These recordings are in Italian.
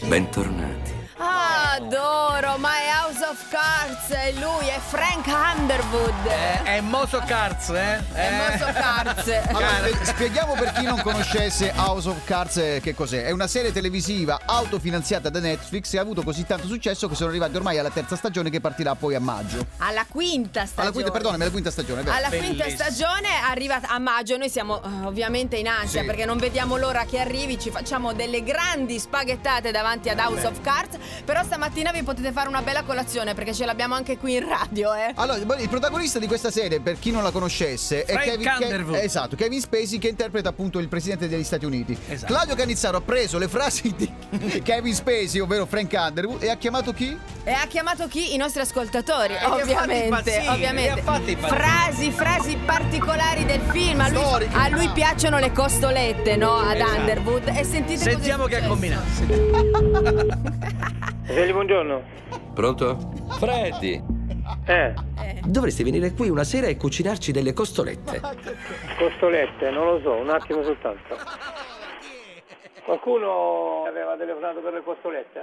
Bentornati. Adoro, ma è House of Cards, è lui, è Frank Underwood. È Moso Cards, È Moso Cards. Allora, spieghiamo per chi non conoscesse House of Cards che cos'è. È una serie televisiva autofinanziata da Netflix che ha avuto così tanto successo che sono arrivati ormai alla terza stagione, che partirà poi a maggio. Alla quinta stagione. Alla quinta stagione, vero? Alla quinta stagione arriva a maggio. Noi siamo ovviamente in ansia, perché non vediamo l'ora che arrivi. Ci facciamo delle grandi spaghettate davanti ad House of Cards. Però stamattina vi potete fare una bella colazione, perché ce l'abbiamo anche qui in radio, Allora, il protagonista di questa serie, per chi non la conoscesse, è Kevin Spacey, che interpreta appunto il presidente degli Stati Uniti. Esatto. Claudio Cannizzaro ha preso le frasi di Kevin Spacey, ovvero Frank Underwood, e ha chiamato chi? E ha chiamato chi? I nostri ascoltatori, ovviamente. Frasi particolari del film. A lui piacciono le costolette, no? Ad Underwood. E Sentiamo che ha combinato. Svegli, buongiorno. Pronto? Freddy, dovresti venire qui una sera e cucinarci delle costolette. Costolette, non lo so, un attimo soltanto. Qualcuno aveva telefonato per le costolette?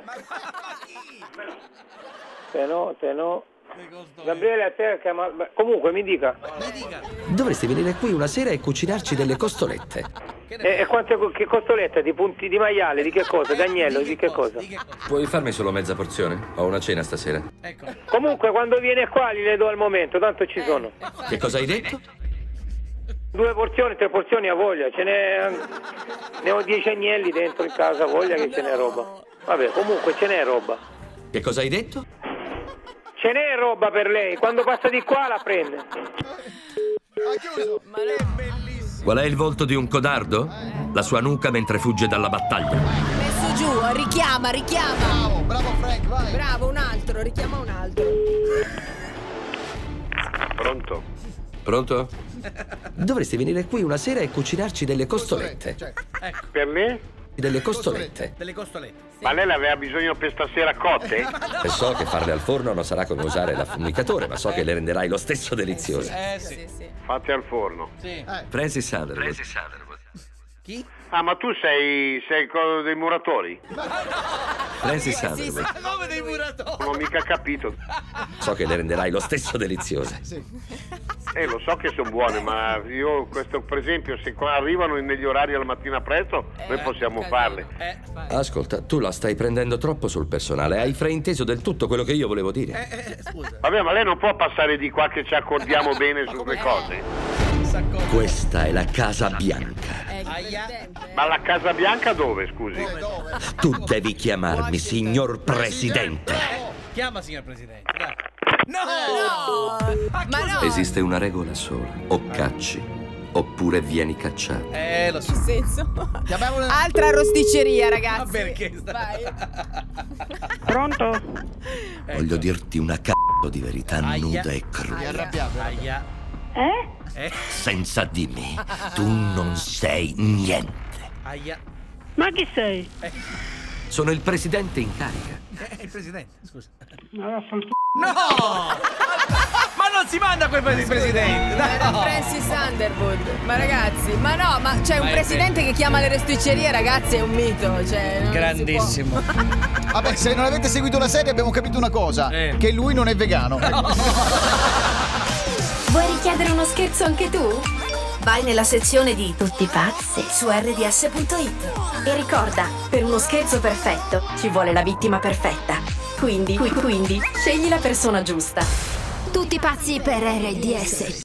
Te no. Gabriele, a te chiama... Comunque mi dica. Dovresti venire qui una sera e cucinarci delle costolette. E quante che costolette? Di punti di maiale? Di che cosa? D'agnello? Di che cosa? Puoi farmi solo mezza porzione? Ho una cena stasera. Comunque quando viene qua li le do al momento, tanto ci sono. Che cosa hai detto? 2 porzioni, 3 porzioni a voglia. Ne ho 10 agnelli dentro in casa, voglia che ce n'è roba. Vabbè, comunque ce n'è roba. Che cosa hai detto? Ce n'è roba per lei, quando passa di qua la prende. Qual è il volto di un codardo? La sua nuca mentre fugge dalla battaglia. Messo giù, richiama. Bravo Frank, vai. Bravo, un altro, richiama un altro. Pronto? Dovresti venire qui una sera e cucinarci delle costolette. Per me? Delle costolette. Delle costolette. Ma lei ne aveva bisogno per stasera cotte? E so che farle al forno non sarà come usare l'affumicatore, ma so che le renderai lo stesso deliziose. Sì. Fatte al forno. Sì. Francis Underwood. Chi? Ah, ma tu sei quello dei muratori? Francis Underwood. Come dei muratori. Non ho mica capito. So che le renderai lo stesso deliziose. Lo so che sono buone, ma io questo, per esempio, se qua arrivano negli orari alla mattina presto, noi possiamo farle. Ascolta, tu la stai prendendo troppo sul personale. Hai frainteso del tutto quello che io volevo dire. Scusa. Vabbè, ma lei non può passare di qua che ci accordiamo bene sulle cose. Questa è la Casa Bianca. Ma la Casa Bianca dove, scusi? Tu devi chiamarmi signor Presidente. Chiama, signor Presidente. Dai. No! Ma no! Esiste una regola sola. O cacci, oppure vieni cacciato. Lo so. Che senso? Altra rosticceria, ragazzi. Ma perché? Vai. Pronto? Voglio dirti una c***o di verità nuda e cruda. Aia. Senza di me, tu non sei niente. Aia. Ma chi sei? Sono il presidente in carica. Il presidente, scusa. No! Ma non si manda quel presidente! Era Francis Underwood. Ma ragazzi, ma c'è un presidente che chiama le rosticcerie, ragazzi, è un mito. Cioè, non Grandissimo. Vabbè, se non avete seguito la serie abbiamo capito una cosa, che lui non è vegano. Vuoi richiedere uno scherzo anche tu? Vai nella sezione di Tutti pazzi su rds.it e ricorda, per uno scherzo perfetto ci vuole la vittima perfetta. Quindi scegli la persona giusta. Tutti pazzi per RDS.